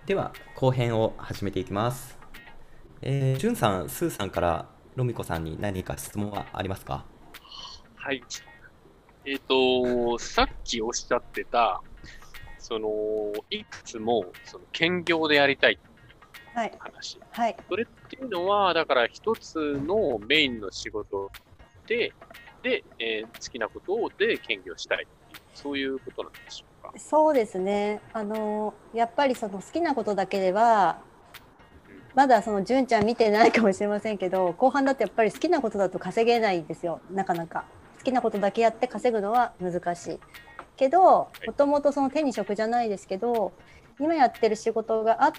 では後編を始めていきます。じゅんさん、スーさんからロミコさんに何か質問はありますか？ はい。さっきおっしゃってた、いくつも、兼業でやりたいっていうはい。 話。 はい。 それっていうのは、だから一つのメインの仕事で、好きなことで兼業したいっていう、そういうことなんでしょうか。 そうですね。やっぱりその好きなことだけでは、 うん。 まだその純ちゃん見てないかもしれませんけど、後半だとやっぱり好きなことだと稼げないんですよ。なかなか。好きなことだけやって稼ぐのは難しい。けど、もともとその手に職じゃないですけど、今やってる仕事があって、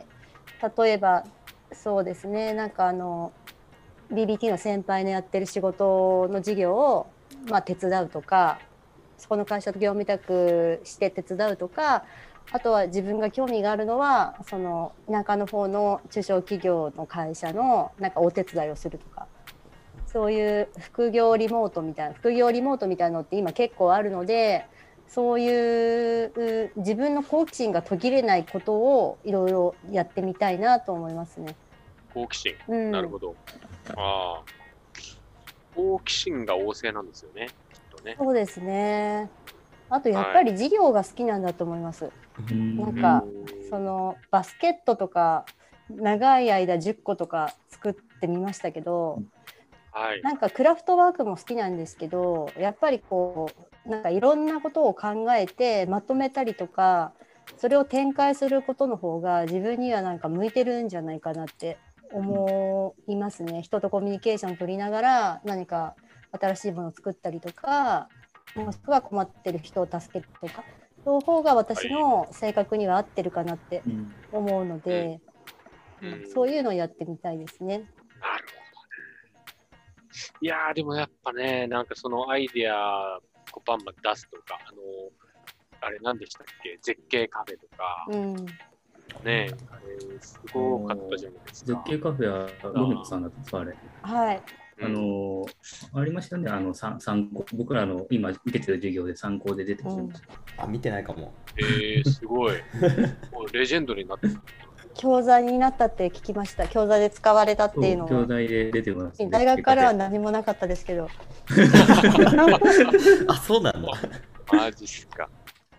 例えば、そうですね、BBT の先輩のやってる仕事の事業を、手伝うとか、そこの会社と業務委託して手伝うとか、あとは自分が興味があるのはその田舎の方の中小企業の会社のお手伝いをするとか、そういう副業リモートみたいなのって今結構あるので、そういう自分の好奇心が途切れないことをいろいろやってみたいなと思いますね。 好奇心。 うん、 なるほど。ああ、好奇心が旺盛なんですよね。きっとね。 そうですね。あとやっはい。 ぱり事業が好きなんだと思います。なんうーかそん。 のバスケットとか長い間10個とか作ってみましたけど、 はい。 なんかクラフトワークも好きなんですけど、やっぱりこういろんなことを考えてまとめたりとか、それを展開することの方が自分には向いてるんじゃないかなって思いますね。人とコミュニケーションを取りながら何か新しいものを作ったりとか、もしくは困ってる人を助けるとか、その方が私はい。 の性格には合ってるかなって思うのうん。 で、 うそういうのをん。 やってみたいですね。 なるほど。いやー、でもやっぱね、なんかそのアイデア、バンバン出すとか、あれ何でしたっけ、絶景カフェとか、 うん、 ね、あれ、すあごかったのじゃないです絶か。 景カフェはロミコあさんだったんですか、あれ。 はい。 ー、うん。 ありましたね、参考、僕らの今受けてる授業で参考で出てきうん、 ました。 あ、見てないかも。 すごい。もうレジェンドになってる。 教材になったって聞きました。教材で使われたっていうそう、教のは。 材で出てます、 大絶景カフェ。 学からは何もなかったですけど。 あ、そうなんだ。 マジっすか。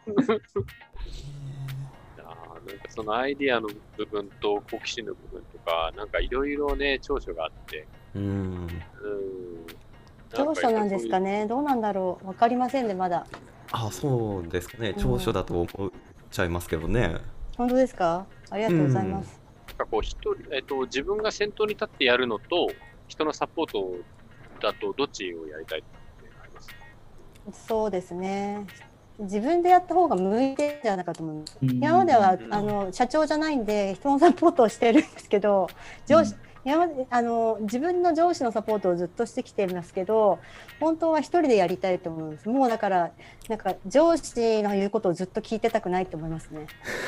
なんかそのアイディアの部分と好奇心の部分とか、なんかいろいろね、長所があって、 うーん。 うん。なんかやっ長所なんぱりそういう、 ですかね。どうなんだろう。わかりませんね、まだ。 あ、そうですかね。 うん。 長所だと思っちゃいますけどね。 本当ですか？ありがうとうございまん。 す。 なんかこう、自分が先頭に立ってやるのと、人のサポートだと、どっちをやりたいってあります？ そうですね。自分でやった方が向いてるんじゃないかと思います。 う今まではん。 社長じゃないんで人のサポートをしてるんですけど、上司うん。 今まで自分の上司のサポートをずっとしてきてますけど、本当は一人でやりたいと思います。もうだから上司の言うことをずっと聞いてたくないと思いますね。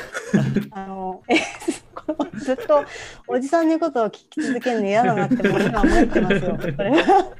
ずっとおじさんの言うことを聞き続けるの嫌だなってもう今思ってますよ。それは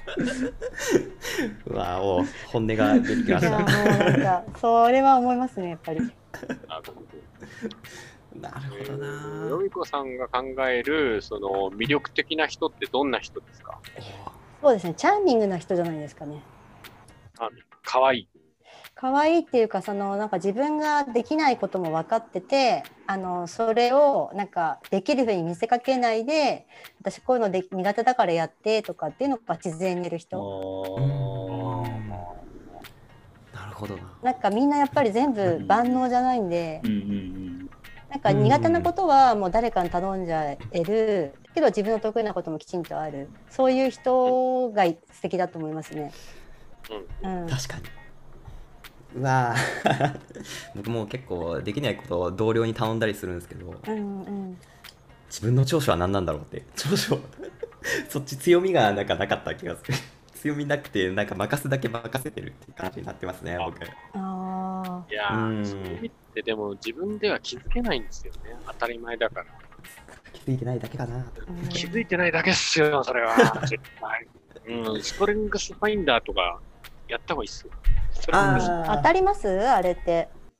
うわお、本音が出てきました。 いやもうそれは思いますね、やっぱり。 なるほど。 なるほどな。 ヨミコさんが考える、その魅力的な人ってどんな人ですか？ そうですね、チャーミングな人じゃないですかね。 かわいい。 可愛いっていうか、自分ができないことも分かってて、それをできるふうに見せかけないで、私こういうの苦手だからやってとかっていうのが自然に言えるあ人。 うーあ。 ん。なるほどな。 みんなやっぱり全部万能じゃないんで、 うんうんう苦手なん。 ことはもう誰かに頼んじゃえるけど、自分の得意なこともきちんとある、そういううん、 人が素敵だと思いますね。 うん、 うん、 確かに。うわー僕も結構できないことを同僚に頼んだりするんですけど、 うんうん。 自分の長所は何なんだろうって。長所そっち強みがなかった気がする。強みなくて、任すだけ任せてるっていう感じになってますね、 あ、 僕。 あいやうーー、強ん。 みってでも自分では気づけないんですよね。当たり前だから。 気づいてないだけかなと。 ー、うん気づいてないだけっすよ、それは。絶対。うん、ストレングスファインダーとかやった方がいいっすよ。ストレングス、 当あたりますあれって？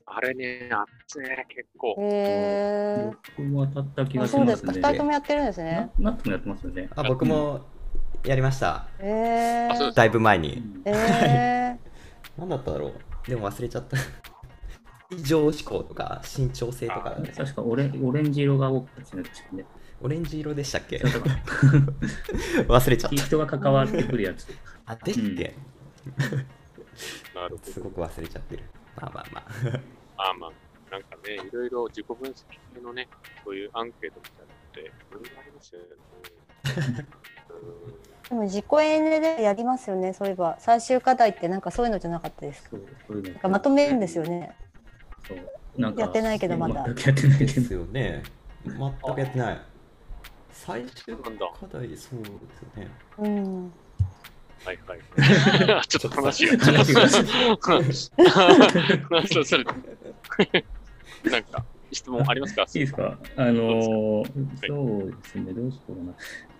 あれね、熱いね、結構。 へ僕も当たった気あ、 がしそうですか。 ますね。 二人ともやってるんですね。 ナットもやってますよね。 あ、僕もやりました。 あ、そうですだいぶ前に。 うん何だっただろう。でも忘れちゃった。非常思考とか慎重性とか、 確かオレンジ色が多かったですね、確かね。 オレンジ色でしたっけ？ そうだから忘れちゃった。 人が関わってくるやつ。 あ、でっけ、 なるほど。 すごく忘れちゃってる。まあまあまあ。 あまあ、なんかね、いろいろ自己分析系のね、そういうアンケートみたいなのって、いろいろありますよね。 でも自己エネでやりますよね。そういえば最終課題ってなんかそういうのじゃなかったですか。 そういうのなんかまとめるんですよね。 そうなんかやってないけどまだ全くやってないけですど。 よね。全くやってない。最終なんだ。 課題、そうですよね。 うん。 はいはい。ちょっと話が。話をそれなんか、質問ありますか？ いいですか？そうですね、どうしようかな。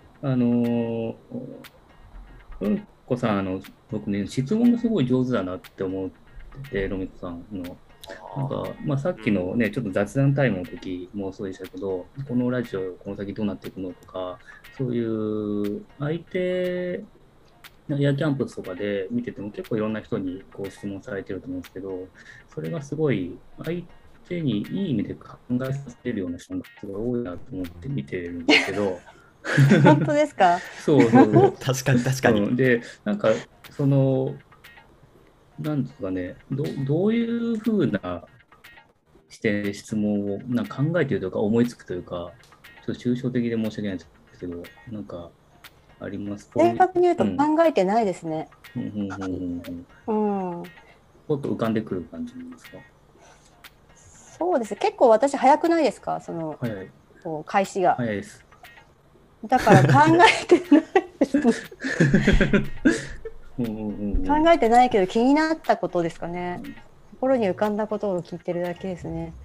うんこさん、僕ね、質問がすごい上手だなって思ってて、ロミコさんの。なんか、まあ、さっきのね、ちょっと雑談タイムの時もそうでしたけど、このラジオ、この先どうなっていくのとか、そういう相手、エアキャンプスとかで見てても結構いろんな人にこう質問されてると思うんですけど、それがすごい相手にいい意味で考えさせるような人がすごい多いなと思って見てるんですけど、 本当ですか？ そうそうそう。 確かに確かに。 うんで、なんか、なんですかね、どういうふうな視点で質問をなんか考えているというか、思いつくというか、ちょっと抽象的で申し訳ないんですけど、なんかありますか？ 正確に言うとうん考えてないですね。 うんうんうんうんうん。 もっと浮かんでくる感じなんですか？ そうです。結構私早くないですか？ 早い、 こう開始が。 早いです。 だから考えてないですね。 うんうんうんうん考えてないけど気になったことですかね。心に浮かんだことを聞いてるだけですね。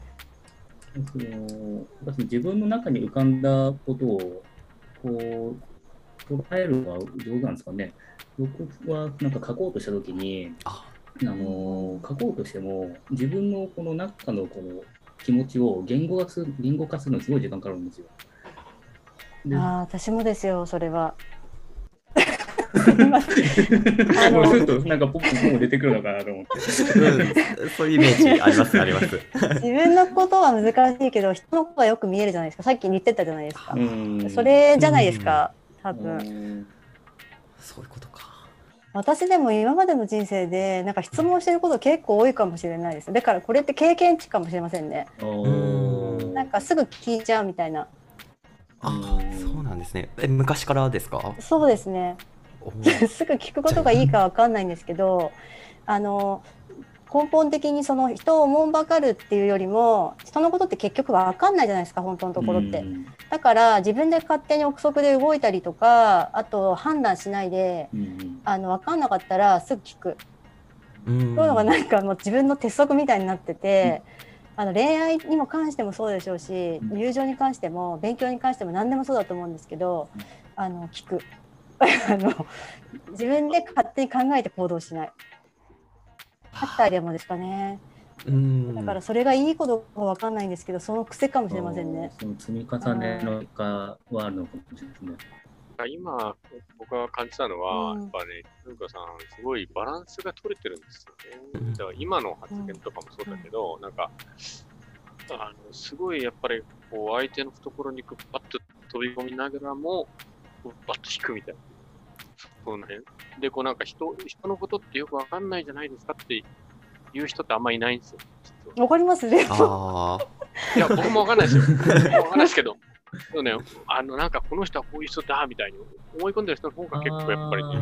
自分の中に浮かんだことをこう捉えるのは上手なんですかね。僕はなんか書こうとしたときに、 あ、 書こうとしても自分のこの中のこの気持ちを言語化するのにすごい時間かかるんですよ。でああ、私もですよ、それは。すみません。 もうちょっとなんかポップも出てくるのかなと思って。 うん、そういうイメージありますあります。 自分のことは難しいけど、人のことはよく見えるじゃないですか。さっき言ってたじゃないですか。 うんそれじゃないですか、多う分。 んそういうことか。 私でも今までの人生で、なんか質問してること結構多いかもしれないです。だからこれって経験値かもしれませんね。なんかすぐ聞いちゃうみたいな。 あ、そうなんですね。昔からですか？ そうですね。 おーすぐ聞くことがいいかわかんないんですけど、根本的にその人をおもんばかるっていうよりも、人のことって結局わかんないじゃないですか、本当のところって。だから自分で勝手に憶測で動いたりとか、あと判断しないで、わかんなかったらすぐ聞く。そういうのがなんかもう自分の鉄則みたいになってて、恋愛にも関してもそうでしょうし、友情に関しても勉強に関しても何でもそうだと思うんですけど、聞く。自分で勝手に考えて行動しない。あったりもですかね。だからそれがいいことかわかんないんですけど、その癖かもしれませんね。 その積み重ねのがはあるのかもしれないですね。 今、僕が感じたのは、やっぱね、ふうかさん、すごいバランスが取れてるんですよね。だから今の発言とかもそうだけど、なんか、すごいやっぱり、こう、相手の懐にバッと飛び込みながらも、バッと引くみたいな。その辺。で、こうなんか人のことってよくわかんないじゃないですかって言う人ってあんまいないんですよ。 わかりますね。 いや、僕もわかんないですよ。わかんないですけど。そうね、なんかこの人はこういう人だみたいに思い込んでる人の方が結構やっぱりね、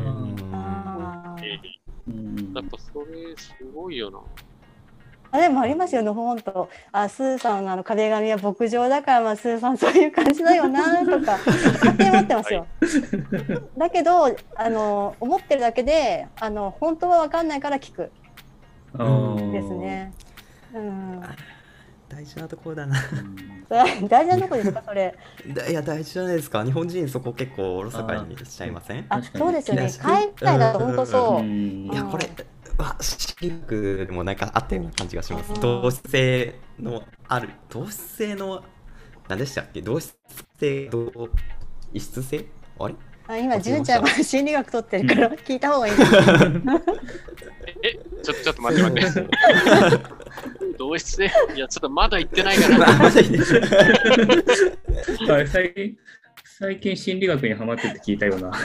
やっぱそれすごいよな。 でもありますよね、本当。スーさんの壁紙は牧場だから、スーさんそういう感じだよなとか勝手に思ってますよ。だけど思ってるだけで本当は分かんないから聞くですね。 大事なところだな。 大事なところですか、それ。 いや、大事じゃないですか。日本人そこ結構おろそかにしちゃいません？ そうですよね。海外だと本当そう。 いや、これ心理学でもなんかあったような感じがします。 あー同質性のある、同質性の、何でしたっけ、同質性、異質性あれ今、純ちゃんが心理学取ってるから聞いた方がいいですよ。 ちょっと待って待って。同質性いや、ちょっとまだ言ってないかな。 まだいいです最近心理学にハマってって聞いたような。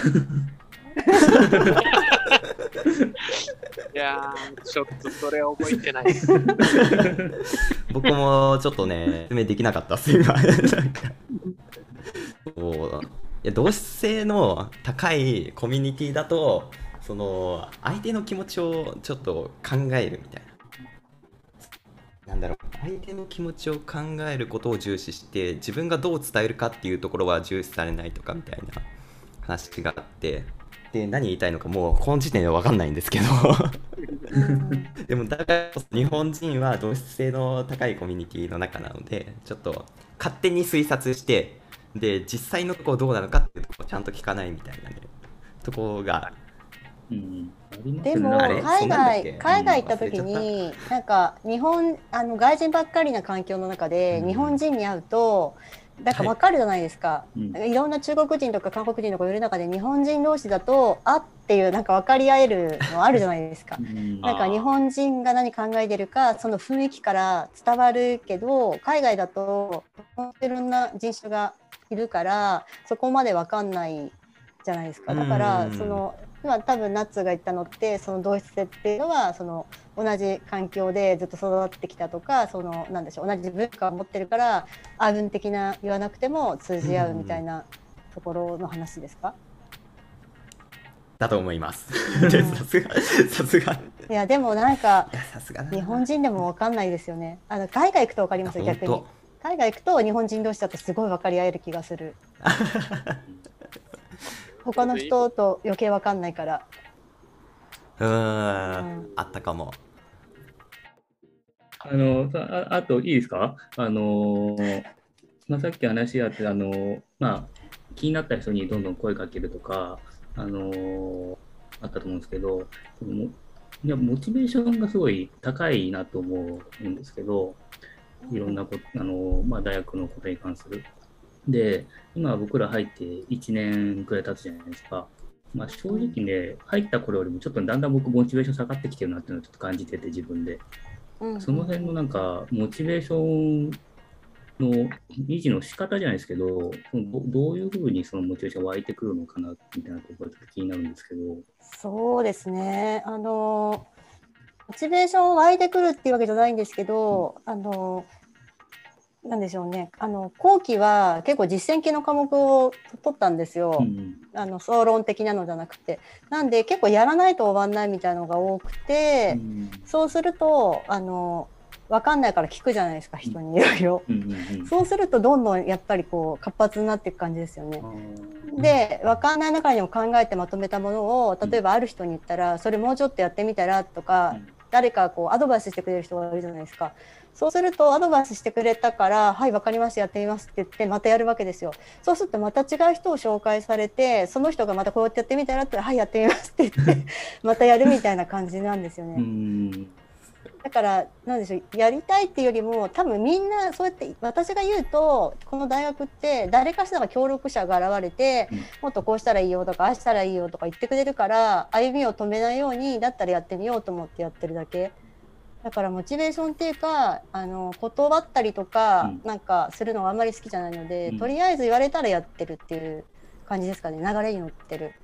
いやー、ちょっとそれは覚えてないです。 僕もちょっとね、説明できなかったっす、今。なんかそういや同質性の高いコミュニティだと、その相手の気持ちをちょっと考えるみたいな。なんだろう、相手の気持ちを考えることを重視して、自分がどう伝えるかっていうところは重視されないとかみたいな話があって、で、何言いたいのかもうこの時点で分かんないんですけど。でもだからこそ日本人は同質性の高いコミュニティの中なので、ちょっと勝手に推察して、で実際のところどうなのかっていうところをちゃんと聞かないみたいなね、ところが。 ありますでもあれそうなんだっけ海外行った時忘れになんか外人ばっかりな環境の中でうん日本人に会うとなんか分かるじゃないですか、 うんいろんな中国人とか韓国人とかいる中で日本人同士だとあっていうなんか分かり合えるのあるじゃないですか。なんか日本人が何考えてるかその雰囲気から伝わるけど、海外だといろんな人種がいるからそこまで分かんないじゃないですか。だからその今多分ナッツが言ったのってその同質性っていうのはその同じ環境でずっと育ってきたとか、そのなんでしょう、同じ文化を持ってるからア文的な言わなくても通じ合うみたいなところの話ですか？ だと思います。でさすが。 いやでもなんかいやさすがだな日本人でも分かんないですよね。海外行くと分かりますよ、逆に。 本海外行くと日本人同士だとすごい分かり合える気がする。他の人と余計分かんないから。 あったかも。 あといいですか？さっき話あって気になった人にどんどん声かけるとか、あったと思うんですけど、いやモチベーションがすごい高いなと思うんですけど、いろんな大学のことに関する。で、今僕ら入って1年くらい経つじゃないですか。正直ね、入った頃よりもちょっとだんだん僕モチベーション下がってきてるなっていうのをちょっと感じてて、自分で。その辺のなんかモチベーションの維持の仕方じゃないですけど、どういうふうにそのモチベーション湧いてくるのかなみたいなところが気になるんですけど。 そうですね。モチベーション湧いてくるっていうわけじゃないんですけど、なんでしょうね。後期は結構実践系の科目を取ったんですよ。総論的なのじゃなくて。なんで結構やらないと終わんないみたいなのが多くて、そうすると分かんないから聞くじゃないですか、人にいろいろ。そうするとどんどんやっぱりこう活発になっていく感じですよね。で分かんない中にも考えてまとめたものを例えばある人に言ったら、それもうちょっとやってみたらとか、誰かこうアドバイスしてくれる人がいるじゃないですか。そうするとアドバイスしてくれたからはい分かりましたやってみますって言ってまたやるわけですよ。そうするとまた違う人を紹介されて、その人がまたこうやってやってみたらってはいやってみますって言ってまたやるみたいな感じなんですよね。だからなんでしょう、やりたいっていうよりも多分みんなそうやって私が言うとこの大学って誰かしらが協力者が現れて、もっとこうしたらいいよとかああしたらいいよとか言ってくれるから、歩みを止めないようにだったらやってみようと思ってやってるだけだから、モチベーションっていうか断ったりとかなんかするのがあんまり好きじゃないので、とりあえず言われたらやってるっていう感じですかね。流れに乗ってる。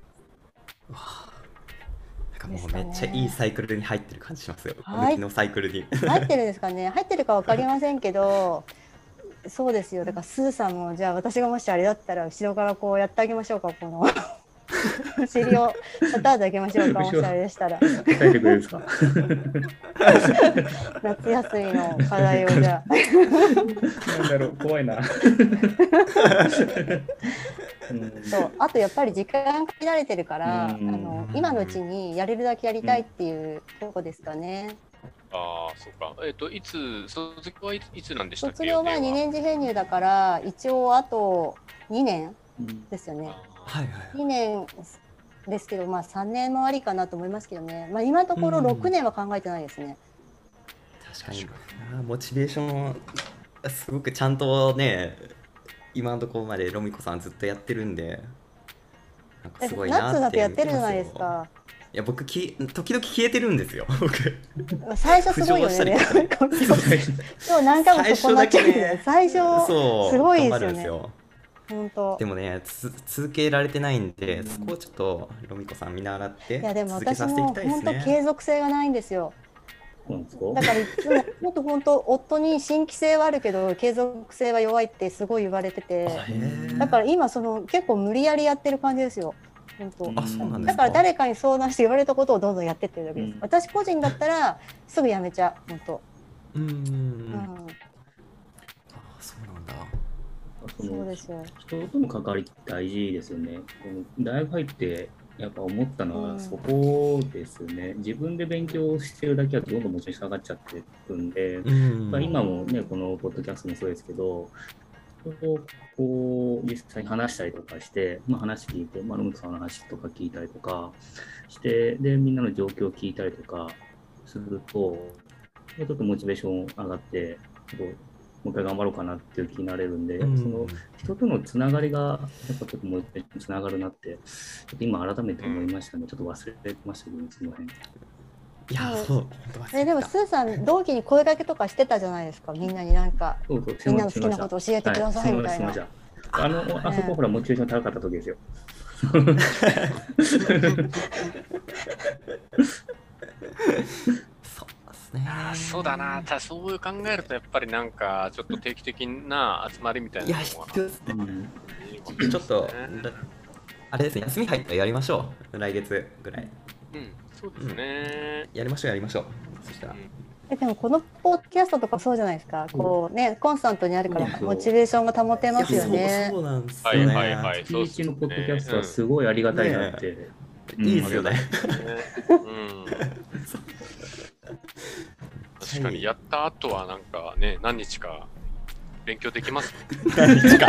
なんかもうめっちゃいいサイクルに入ってる感じしますよ。抜きのサイクルに入ってるんですかね。入ってるか分かりませんけどそうですよ。だからスーさんもじゃあ私がもしあれだったら後ろからこうやってあげましょうか。このお尻を叩いてあげましょうか。もしあれでしたら叩いてくれるんですか？ 夏休みの課題をじゃあなんだろう、怖いな。 そうあとやっぱり時間限られてるから今のうちにやれるだけやりたいっていうとこですかね。 ああ、そうか。卒業はいつなんでしたっけ？ 卒業は2年次編入だから一応あと2年ですよね。2年ですけど、まあ3年もありかなと思いますけどね。まあ今のところ6年は考えてないですね。 確かにモチベーションすごくちゃんとね、今のところまでロミコさんずっとやってるんで、なんかすごいなって夏だってやってるじゃ見ますよないですか。 いや僕時々消えてるんですよ僕。 最初すごいよ浮上したりね。 とか今日何回もそこになっちゃうんで、最初そうすごいです頑張るよね。 んですよ。 本当。 でもね続けられてないんで、そこをちょっとロミコさん見習っていやでも続け私もさせていきたいです本当ね。 継続性がないんですよ。 そうなんですか。 だからいつももっと本当夫に新規性はあるけど継続性は弱いってすごい言われてて、 へーだから今その結構無理やりやってる感じですよ。本当。 あ、そうなんですか。 だから誰かに相談して言われたことをどんどんやってってるだけです。 うん私個人だったらすぐやめちゃう本当。 うんうんうん。 うん、 あ、そうなんだ。 そうですよ。 人との関わりって大事ですよね。この大学入ってやっぱ思ったのはそこですね。自分で勉強してるだけはどんどんモチベーション上がっちゃってるんで、 うんまあ、今もね、このポッドキャストもそうですけど、こう実際に話したりとかして、まあ、話聞いて、ロムクさんの話とか聞いたりとかして、で、みんなの状況を聞いたりとかすると、ちょっとモチベーション上がって、もう一回頑張ろうかなっていう気になれるんで、 うんその人とのつながりが、やっぱちょっとモチベーションにつながるなって、ちょっと今改めて思いましたね。ちょっと忘れてましたけど、その辺。 いや、そう、本当忘れてたでもスーさん同期に声掛けとかしてたじゃないですか。みんなになんかそうそうみんなの好きなこと教えてくださいみたいな。 はい、あそこほら、モチベーション高かった時ですよ。 そうですね。 そうだな、そういう考えると、やっぱりなんか、ちょっと定期的な集まりみたいいや、 なのが必要ですね。 いいちょっと、 ねあれですね、休み入ったらやりましょう。来月ぐらい。 うん、そうですね。 やりましょう、やりましょう。そしたら。 でもこのポッドキャストとかそうじゃないですか。こうね、コンスタントにあるからモチベーションが保てますよいやね。 そうなんですはいよね。 はいはい。そう月一のポッドキャストはすごいありがたいなって。 いいですよね。 うん。確かに、やった後はなんかね、何日か勉強できますね。 何日か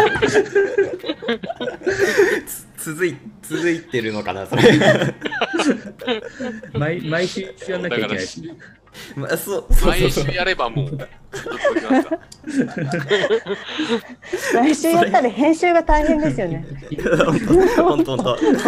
続いてるのかな、それ。 毎週やんなきゃいけないです。 まあ、そう毎週やればもう、ずっとできますか来週やったら編集が大変ですよね。 本当。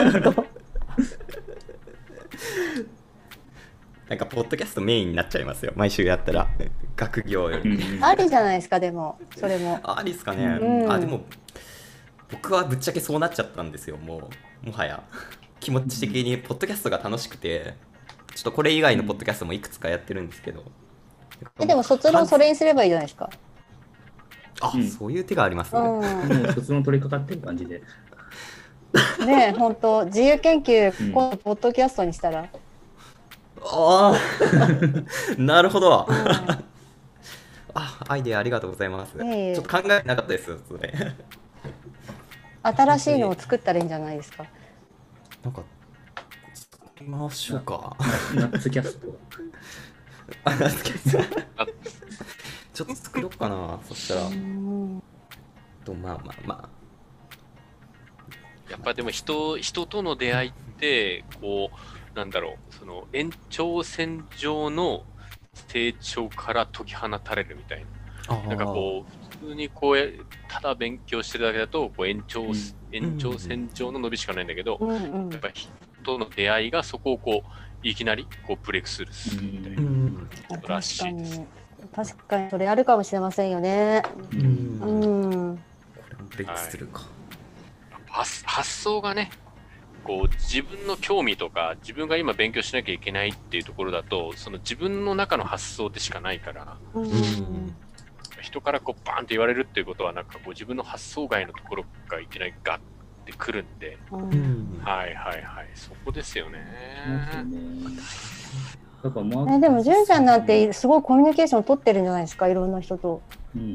なんかポッドキャストメインになっちゃいますよ。毎週やったら学業より。 ありじゃないですか。でもそれも。 ありですかね。 うんあ、でも僕はぶっちゃけそうなっちゃったんですよ。もはや気持ち的にポッドキャストが楽しくて、ちょっとこれ以外のポッドキャストもいくつかやってるんですけど。 でも卒論それにすればいいじゃないですか。 あ、そういう手がありますね。 うもう卒論取り掛かってる感じで。 ん。ね、本当自由研究今度ポッドキャストにしたら。 ああなるほど。 うんあ、アイデアありがとうございます。ちいえいえょっと考えてなかったです、それ。 新しいのを作ったらいいんじゃないですか。 なんか、作りましょうか。 ナッツキャスト。 あ、なんですけどちょっと作ろうかな、そしたら。 うんまあ。 やっぱでも人との出会いってこうなんだろう、その延長線上の成長から解き放たれるみたいな。なんかこう普通にこうただ勉強してるだけだとこう延長線上の伸びしかないんだけど、 うんうんやっぱり人との出会いがそこをこういきなりこうブレイクスルーするみたいなことらしいです。 確かにそれあるかもしれませんよね。 うん。 うん。 これもブレイクするか。 発想がね、こう自分の興味とか自分が今勉強しなきゃいけないっていうところだと、その自分の中の発想でしかないから、 うん人からこうバーンって言われるっていうことはなんかこう自分の発想外のところがいきなりガッてくるんで、はいそこですよね。 だからでも純ちゃんなんてすごいコミュニケーション取ってるんじゃないですか、いろんな人と。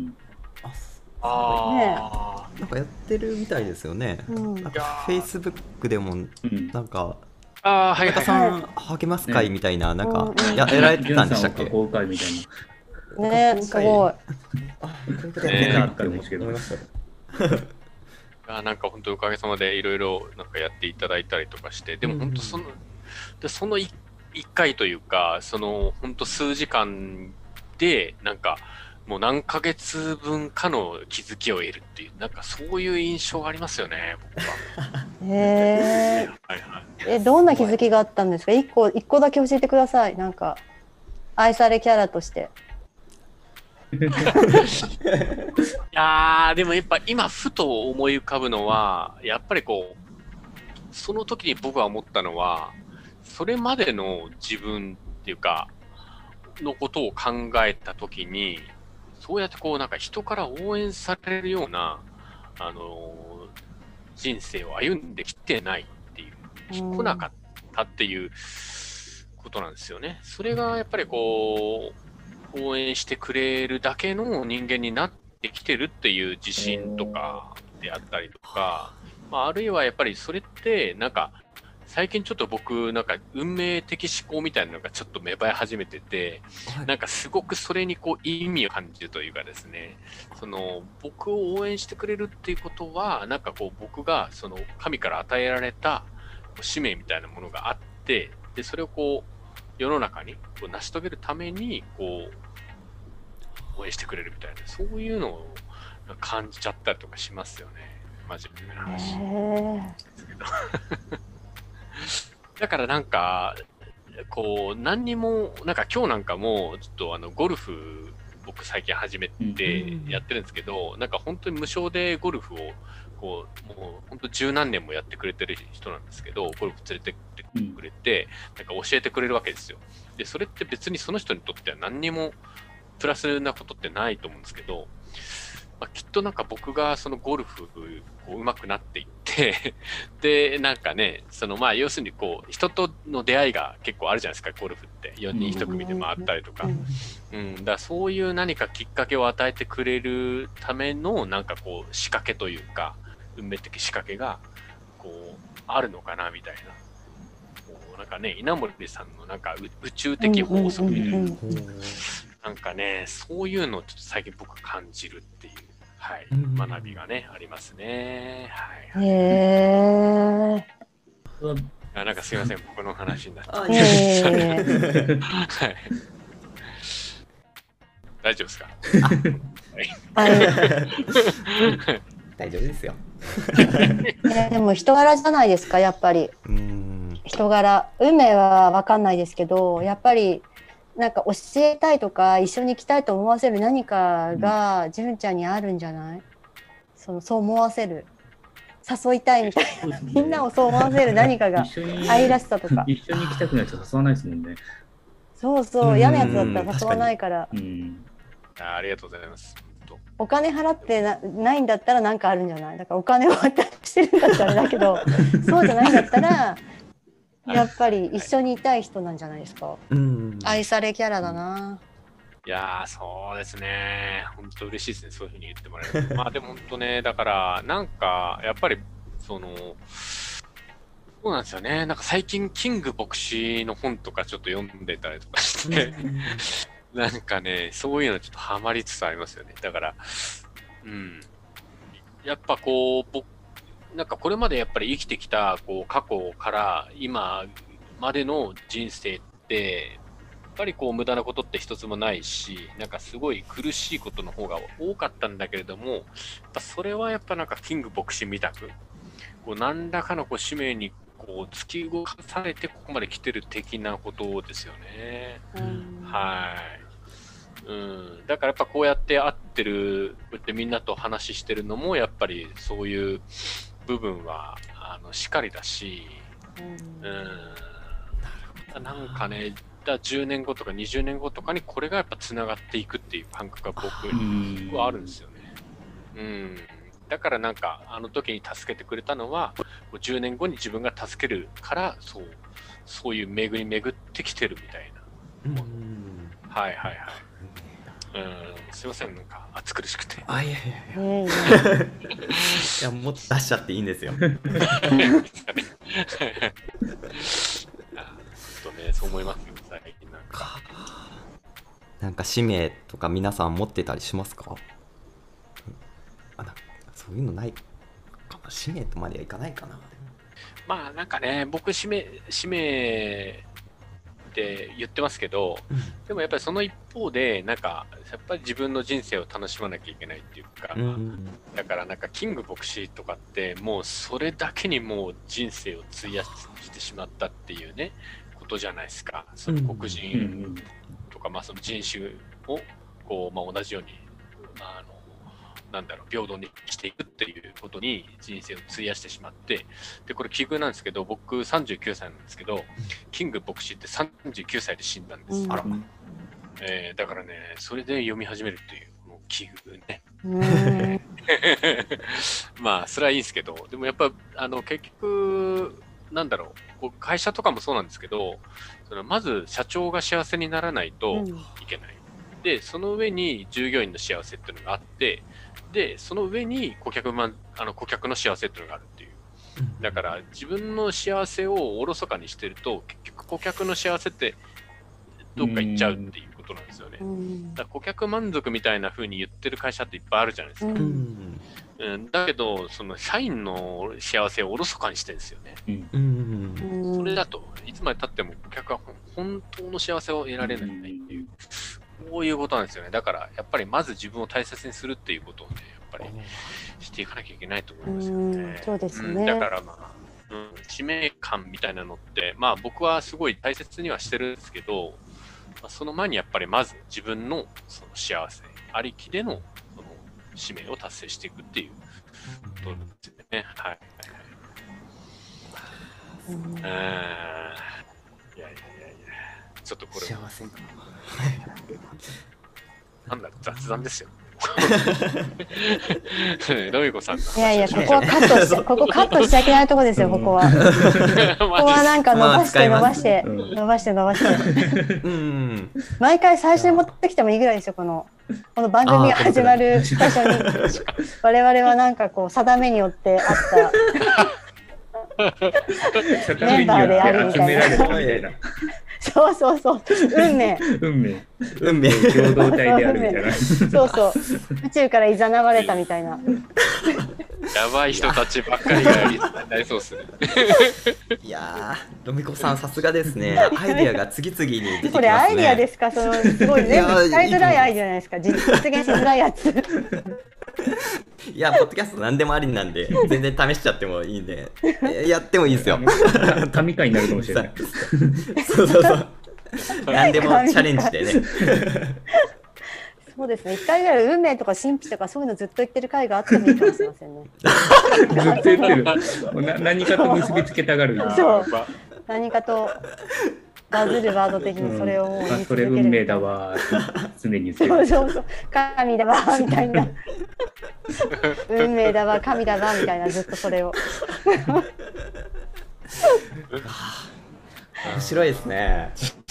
なんかやってるみたいですよね。なんか Facebook でもなんか田中さん励ます会みたいななんかやられてたんでしたっけ？ 公開みたいね、すごい。 あ、こういうことやってんだって思いました。 なんか本当おかげさまでいろいろなんかやっていただいたりとかして、でも本当その一回というか、その本当数時間でなんかもう何ヶ月分かの気づきを得るっていう、なんかそういう印象がありますよね、僕は。はいはい。 どんな気づきがあったんですか？一個だけ教えてください。なんか愛されキャラとして。 いやでもやっぱ今ふと思い浮かぶのは、やっぱりこうその時に僕は思ったのは、それまでの自分っていうかのことを考えた時に、そうやってこうなんか人から応援されるような人生を歩んできてないっていう、来なかったっていうことなんですよね。それがやっぱりこう応援してくれるだけの人間になってきてるっていう自信とかであったりとか、あるいはやっぱりそれってなんか最近ちょっと僕なんか運命的思考みたいなのがちょっと芽生え始めてて、なんかすごくそれにこう意味を感じるというかですね、その僕を応援してくれるっていうことは、なんかこう僕がその神から与えられた使命みたいなものがあって、でそれをこう世の中にこう成し遂げるためにこう応援してくれるみたいな、そういうのを感じちゃったりとかしますよね。真面目な話ですけどだからなんかこう何にもなんか今日なんかもちょっとゴルフ僕最近始めてやってるんですけど、なんか本当に無償でゴルフをこうもう本当十何年もやってくれてる人なんですけど、ゴルフ連れてってくれて、なんか教えてくれるわけですよ。でそれって別にその人にとっては何にもプラスなことってないと思うんですけど、きっとなんか僕がそのゴルフこう上手くなっていってでなんかね、その要するにこう人との出会いが結構あるじゃないですか、ゴルフって4人1組で回ったりとか、だからそういう何かきっかけを与えてくれるためのなんかこう仕掛けというか、運命的仕掛けがこうあるのかなみたいな、こうなんかね、稲森さんのなんか宇宙的法則みたいな、なんかね、そういうのをちょっと最近僕感じるっていう、はい、学びがね、ありますね。はい、 へなんかすいません、僕の話になっちゃって。はい。大丈夫ですか？ 大丈夫ですよ。 でも人柄じゃないですか、やっぱり。人柄、運命は分かんないですけど、やっぱりなんか教えたいとか一緒に行きたいと思わせる何かが純ちゃんにあるんじゃない？そう思わせる、誘いたいみたいな、みんなをそう思わせる何かが、愛らしさとか。 一緒に行きたくないと誘わないですもんね。 そうそう、嫌なやつだったら誘わないから。 ありがとうございます。 お金払ってないんだったら何かあるんじゃない？だからお金を渡してるんだったらだけどそうじゃないんだったらやっぱり一緒にいたい人なんじゃないですか。愛されキャラだな。 いやー、そうですね。本当嬉しいですね。そういうふうに言ってもらえる。まあでも本当ね、だからなんかやっぱりそうなんですよね。なんか最近キング牧師の本とかちょっと読んでたりとかしてなんかね、そういうのちょっとハマりつつありますよね。だからやっぱこうなんかこれまでやっぱり生きてきたこう過去から今までの人生ってやっぱりこう無駄なことって一つもないし、なんかすごい苦しいことの方が多かったんだけれども、やっぱそれはやっぱなんかキング牧師みたくこう何らかのこう使命にこう突き動かされてここまで来てる的なことですよね。はい。だからやっぱこうやって会ってる、こうやってみんなと話してるのもやっぱりそういう部分はしかりだし、なんかね、10年後とか20年後とかにこれがやっぱつながっていくっていう感覚が僕はあるんですよね。だからなんかあの時に助けてくれたのは10年後に自分が助けるからそういう巡り巡ってきてるみたいな。はいはいはい。すいません、なんか暑苦しくて。 いやいやもっと出しちゃっていいんですよ。 そう思いますよ、最近なんか使命とか皆さん持ってたりしますか？そういうのないか使命とまではいかないかな。 まあなんかね、僕使命って言ってますけど、でもやっぱりその一方でなんかやっぱり自分の人生を楽しまなきゃいけないっていうか、だからなんかキング牧師とかってもうそれだけにもう人生を費やしてしまったっていうねことじゃないですか。その黒人とか、まあその人種をこう、まあ、同じようになんだろう、平等に生きていくっていうことに人生を費やしてしまって、でこれ奇遇なんですけど、僕39歳なんですけど、キング牧師って39歳で死んだんです。 あら、 だからね、それで読み始めるっていうこの奇遇ね。まあそれはいいんですけど、でもやっぱ結局なんだろう、こう会社とかもそうなんですけど、まず社長が幸せにならないといけない。でその上に従業員の幸せっていうのがあって、でその上に顧客の幸せっていうのがあるっていう。だから自分の幸せをおろそかにしてると、結局顧客の幸せってどっか行っちゃうっていうことなんですよね。だから顧客満足みたいな風に言ってる会社っていっぱいあるじゃないですか。だけどその社員の幸せをおろそかにしてるんですよね。それだといつまで経っても顧客は本当の幸せを得られないっていう、こういうことなんですよね。だからやっぱりまず自分を大切にするっていうことをね、やっぱりしていかなきゃいけないと思いますよね。 そうですね。 だからまあ、使命感みたいなのって、まあ僕はすごい大切にはしてるんですけど、その前にやっぱりまず自分のその幸せありきでのその使命を達成していくっていうことですね。はい。いやいやちょっとこれ幸せなんだ雑談ですよ。ロミコさんの話。 いやいや、ここはカットして、ここカットしちゃいけないとこですよ、ここは。ここはなんか伸ばして伸ばして伸ばして伸ばして。毎回最初に持ってきてもいいぐらいですよ、この番組が始まる最初に。我々はなんかこう定めによってあったメンバーであるみたいな。そうそうそう、運命共同体であるみたいな。 そうそう、宇宙から誘われたみたいな。 やばい人たちばっかりがなりそうですね。 いやー、ロミコさんさすがですね。アイディアが次々に出てきますね。 これアイディアですか？すごい全部使いづらいアイディアじゃないですか。実現しづらいやつ。 いや、ポッドキャスト何でもありなんで、全然試しちゃってもいいんで、やってもいいですよ。 神回になるかもしれない。 そう何でもチャレンジでね。 そうですね。一回ぐらい運命とか神秘とかそういうのずっと言ってる回があってもいいかもしれませんね。 ずっと言ってる。何かと結びつけたがる。 そう。何かとバズるワード的にそれをもうそれ運命だわ常に言ってる。そう神だわみたいな。運命だわ神だわみたいな、ずっとそれを。 面白いですね。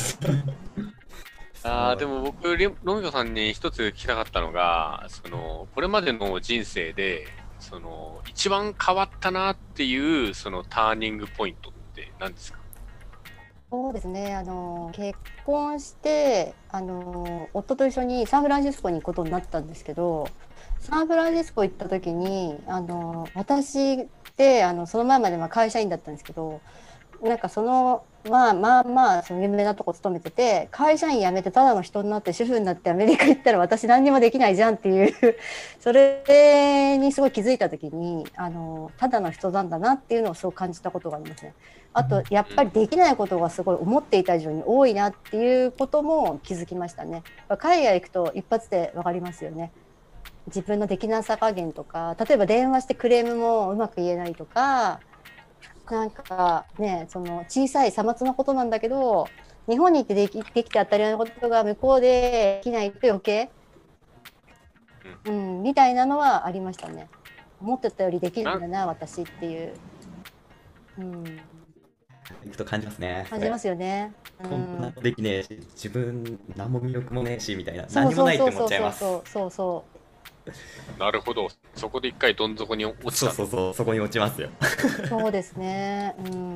でも僕ロミコさんに一つ聞きたかったのが、これまでの人生で一番変わったなっていうそのターニングポイントって何ですか？ そうですね、結婚して夫と一緒にサンフランシスコに行くことになったんですけど、サンフランシスコ行った時に私ってその前まで会社員だったんですけど、なんかまあその有名なとこ勤めてて、会社員辞めてただの人になって主婦になってアメリカ行ったら私何にもできないじゃんっていうそれにすごい気づいた時にただの人なんだなっていうのをすごく感じたことがありますね。あとやっぱりできないことがすごい思っていた以上に多いなっていうことも気づきましたね。海外行くと一発で分かりますよね。自分のできなさ加減とか、例えば電話してクレームもうまく言えないとか、なんかね、その小さいさまつなことなんだけど、日本に行ってできて当たり前のことが向こうでできないと余計、みたいなのはありましたね。思ってたよりできるんだな私っていう。 行くと感じますね。 感じますよね。 こんなことできねえし、自分何も魅力もねえしみたいな、何もないって思っちゃいます。 なるほど、そこで一回どん底に落ちた。 そこに落ちますよ。 そうですね。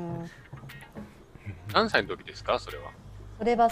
何歳の時ですか、それは？ それは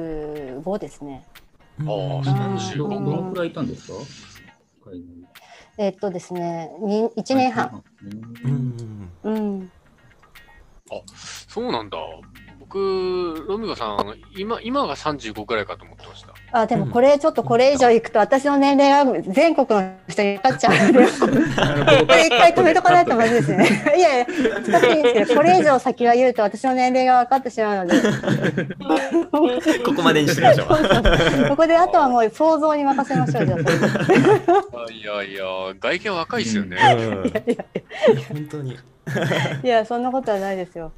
35ですね。 35。 どのくらいいたんですか？ ですね、1年半。 うん。 うん。 あ、そうなんだ。僕、ロミコさん、今が35くらいかと思ってました。 あ、でもこれちょっとこれ以上いくと私の年齢が全国の人に分かっちゃうので、これ一回止めとかないとまずいですね。いやいや、使っていいんですけど、これ以上先は言うと私の年齢が分かってしまうので。 ここまでにしてみましょう。 ここであとはもう想像に任せましょう、じゃあそれで。 いやいや、外見若いですよね。 本当に。 いや、そんなことはないですよ。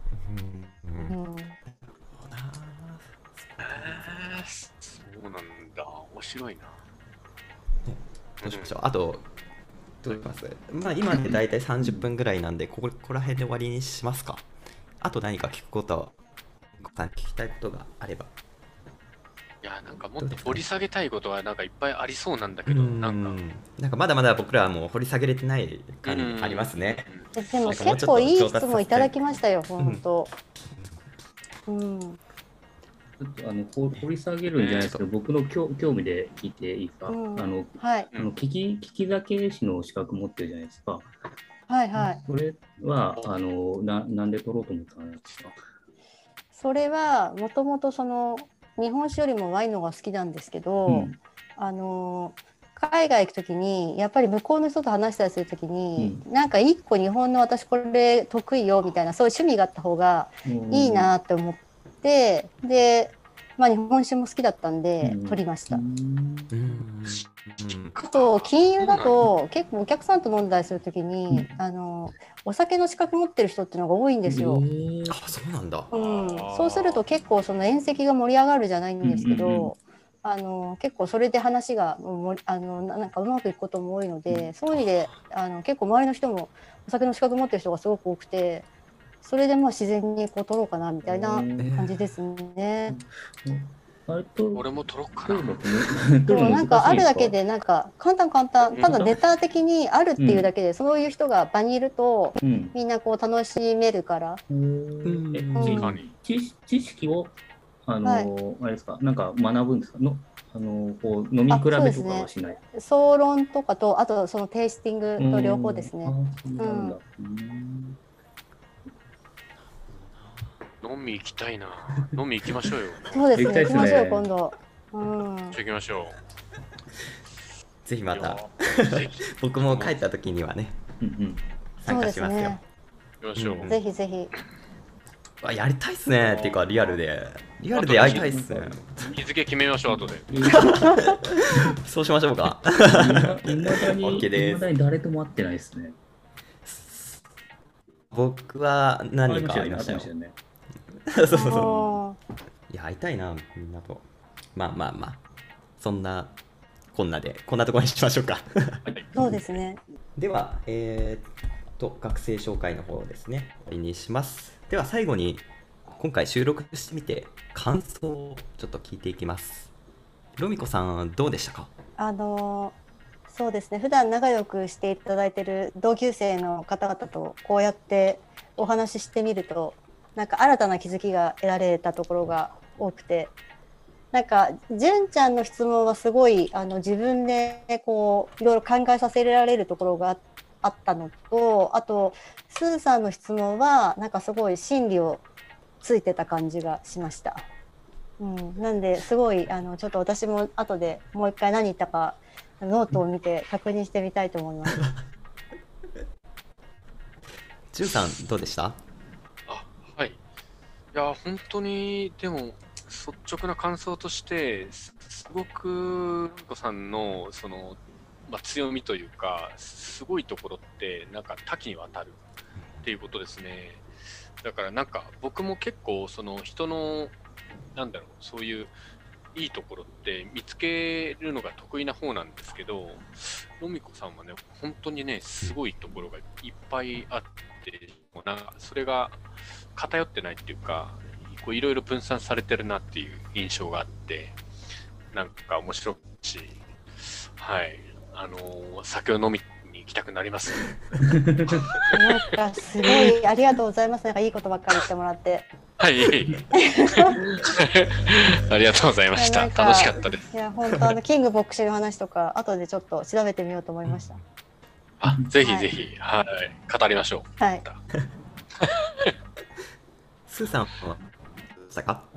そうなんだ。面白いな。 どうしましょう。あと、どうします？まあ今で大体30分ぐらいなんで、ここら辺で終わりにしますか。あと何か聞くことは、聞きたいことがあれば。 いや、なんかもっと掘り下げたいことはなんかいっぱいありそうなんだけど、なんかまだまだ僕らはもう掘り下げれてない感じありますね。 でも結構いい質問いただきましたよ、本当。 掘り下げるんじゃないですけど、僕の興味で聞いていいですか？ はい。 聞き酒師の資格持ってるじゃないですか。 はいはい。 それはなんで取ろうと思ったんですか？ それはもともとその日本酒よりもワインの方が好きなんですけど、海外行くときにやっぱり向こうの人と話したりするときに、なんか一個日本の私これ得意よみたいなそういう趣味があった方がいいなって思って、で、まあ、日本酒も好きだったんで取りました。あと金融だと結構お客さんと飲んだりするときに、お酒の資格持ってる人っていうのが多いんですよ。 あ、そうなんだ。 そうすると結構その宴席が盛り上がるじゃないんですけど、結構それで話がなんかうまくいくことも多いので、そういう意味で結構周りの人もお酒の資格持ってる人がすごく多くて、それでまあ自然にこう取ろうかなみたいな感じですね。 俺も取ろうかな。 でもなんかあるだけでなんか簡単、ただネタ的にあるっていうだけで、そういう人が場にいるとみんなこう楽しめるから。 知識をあれですか、なんか学ぶんですか？こう飲み比べとかはしない。 総論とかと、あとそのテイスティングと両方ですね。 飲み行きたいな。飲み行きましょうよ。 そうですね。行きましょう今度。 行きましょう。ぜひまた僕も帰った時にはね、参加しますよ。 行きましょう。 ぜひぜひ。 やりたいっすね。っていうかリアルで会いたいっすね。 日付決めましょう後で。 そうしましょうか。 いまだに誰とも会ってないですね。 僕は何人か会いましたよ。そう。いや会いたいなみんなと。まあそんなこんなところにしましょうか。 そうですね。 では学生紹介の方ですね終わりにします。では最後に今回収録してみて感想をちょっと聞いていきます。ロミコさんどうでしたか？ そうですね、普段仲良くしていただいている同級生の方々とこうやってお話ししてみると、なんか新たな気づきが得られたところが多くて、なんか純ちゃんの質問はすごい自分でこういろいろ考えさせられるところがあったのと、あとスーさんの質問はなんかすごい真理をついてた感じがしました。なんですごいちょっと私も後でもう一回何言ったかノートを見て確認してみたいと思います。 ジュンさんどうでした？ はい。いや本当にでも率直な感想としてすごくロミコさんのその強みというかすごいところってなんか多岐にわたるっていうことですね。だからなんか僕も結構その人のそういういいところって見つけるのが得意な方なんですけど、ロミコさんはね本当にねすごいところがいっぱいあって、もうなんかそれが偏ってないっていうかいろいろ分散されてるなっていう印象があって、なんか面白いし、はい、酒を飲みに行きたくなります。 なんかすごいありがとうございます。なんかいいことばっかり言ってもらって。 はい。ありがとうございました。楽しかったです。 いや本当キング牧師の話とか後でちょっと調べてみようと思いました。 ぜひぜひ、はい、語りましょう。 はい。 スーさんはどうでしたか？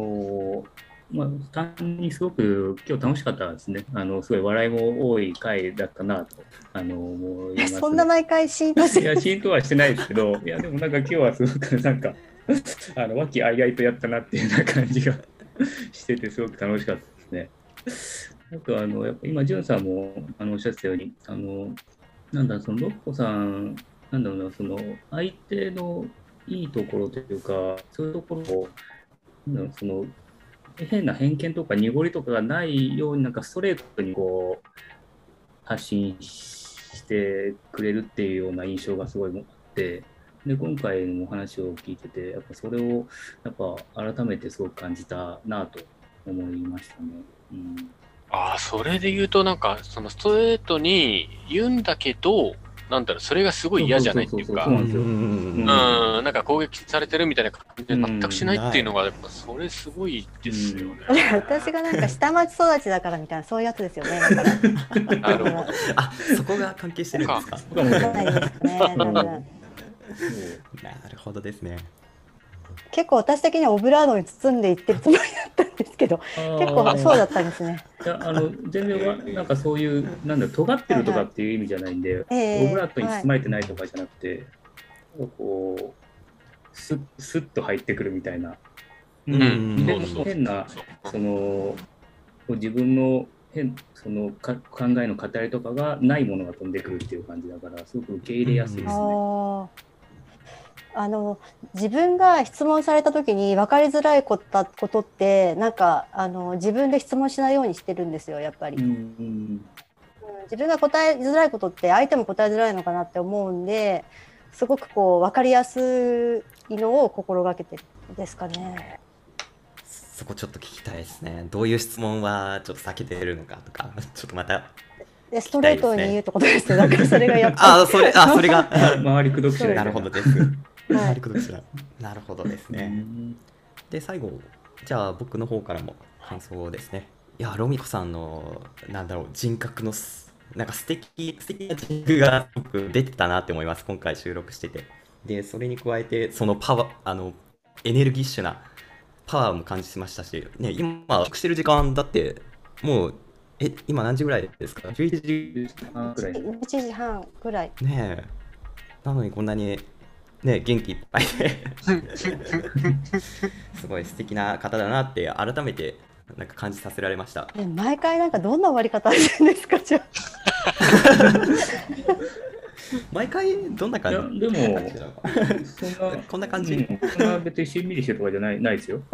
単純にすごく今日楽しかったですね。すごい笑いも多い回だったなと、思いますね。 そんな毎回シーンとしていや、シーンとはしてないですけど、いや、でもなんか今日はすごくなんか、和気あいあいとやったなっていうような感じがしてて、すごく楽しかったですね。あと、やっぱ今、ジュンさんもおっしゃってたように、そのロッコさん、なんだろうな、その相手のいいところというか、そういうところを、その変な偏見とか濁りとかがないように、なんかストレートにこう発信してくれるっていうような印象がすごいあって、で今回のお話を聞いてて、やっぱそれをやっぱ改めてすごく感じたなと思いましたね。 それで言うと、なんか、そのストレートに言うんだけど、なんだろう、それがすごい嫌じゃないっていうか、なんか攻撃されてるみたいな感じで全くしないっていうのが、やっぱそれすごいですよね。 私がなんか下町育ちだからみたいな、そういうやつですよね。だからなるほど。 そこが関係してるんですか？ ないですね。多分なるほどですね。 結構私的にはオブラードに包んでいってるつもりだったんですけど、結構そうだったんですね。 いや全然なんかそういうなんだ尖ってるとかっていう意味じゃないんで、オブラートに包まれてないとかじゃなくて、こうスッと入ってくるみたいな、変なその自分のその考えの語りとかがないものが飛んでくるっていう感じだから、すごく受け入れやすいですね。 自分が質問された時に分かりづらいことってなんか自分で質問しないようにしてるんですよ、やっぱり。自分が答えづらいことって相手も答えづらいのかなって思うんで、すごくこう分かりやすいのを心がけてるんですかね。 そこちょっと聞きたいですね。どういう質問はちょっと避けてるのかとか、ちょっとまたストレートに言うってことですよ。だからそれがやっぱりそれが回りくどくしない。 なるほどです。回りくどくしない。なるほどですね。で最後、じゃあ僕の方からも感想ですね。いや、ロミコさんの人格のなんか素敵な人格がすごく出てたなって思います。今回収録してて。でそれに加えてそのパワーエネルギッシュなパワーも感じましたし、ね、今してる時間だってもう今何時ぐらいですか？11時半ぐらい。 1時半ぐらい。 ねえ。なのにこんなにね元気いっぱいですごい素敵な方だなって改めてなんか感じさせられました。 毎回なんかどんな終わり方してるんですか？じゃあ毎回どんな感じ？ でもこんな感じ。 そんな別にしんみりしてるとかじゃないですよ。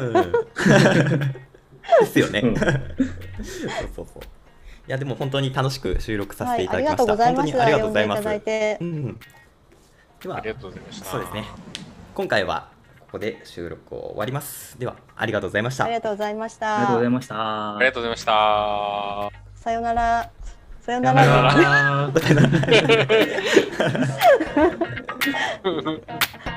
ですよね。そう。いやでも本当に楽しく収録させていただきました。本当にありがとうございます。では、 ありがとうございました。 そうですね。今回はここで収録を終わります。ではありがとうございました。 ありがとうございました。 ありがとうございました。 ありがとうございました。 さよなら。さよなら。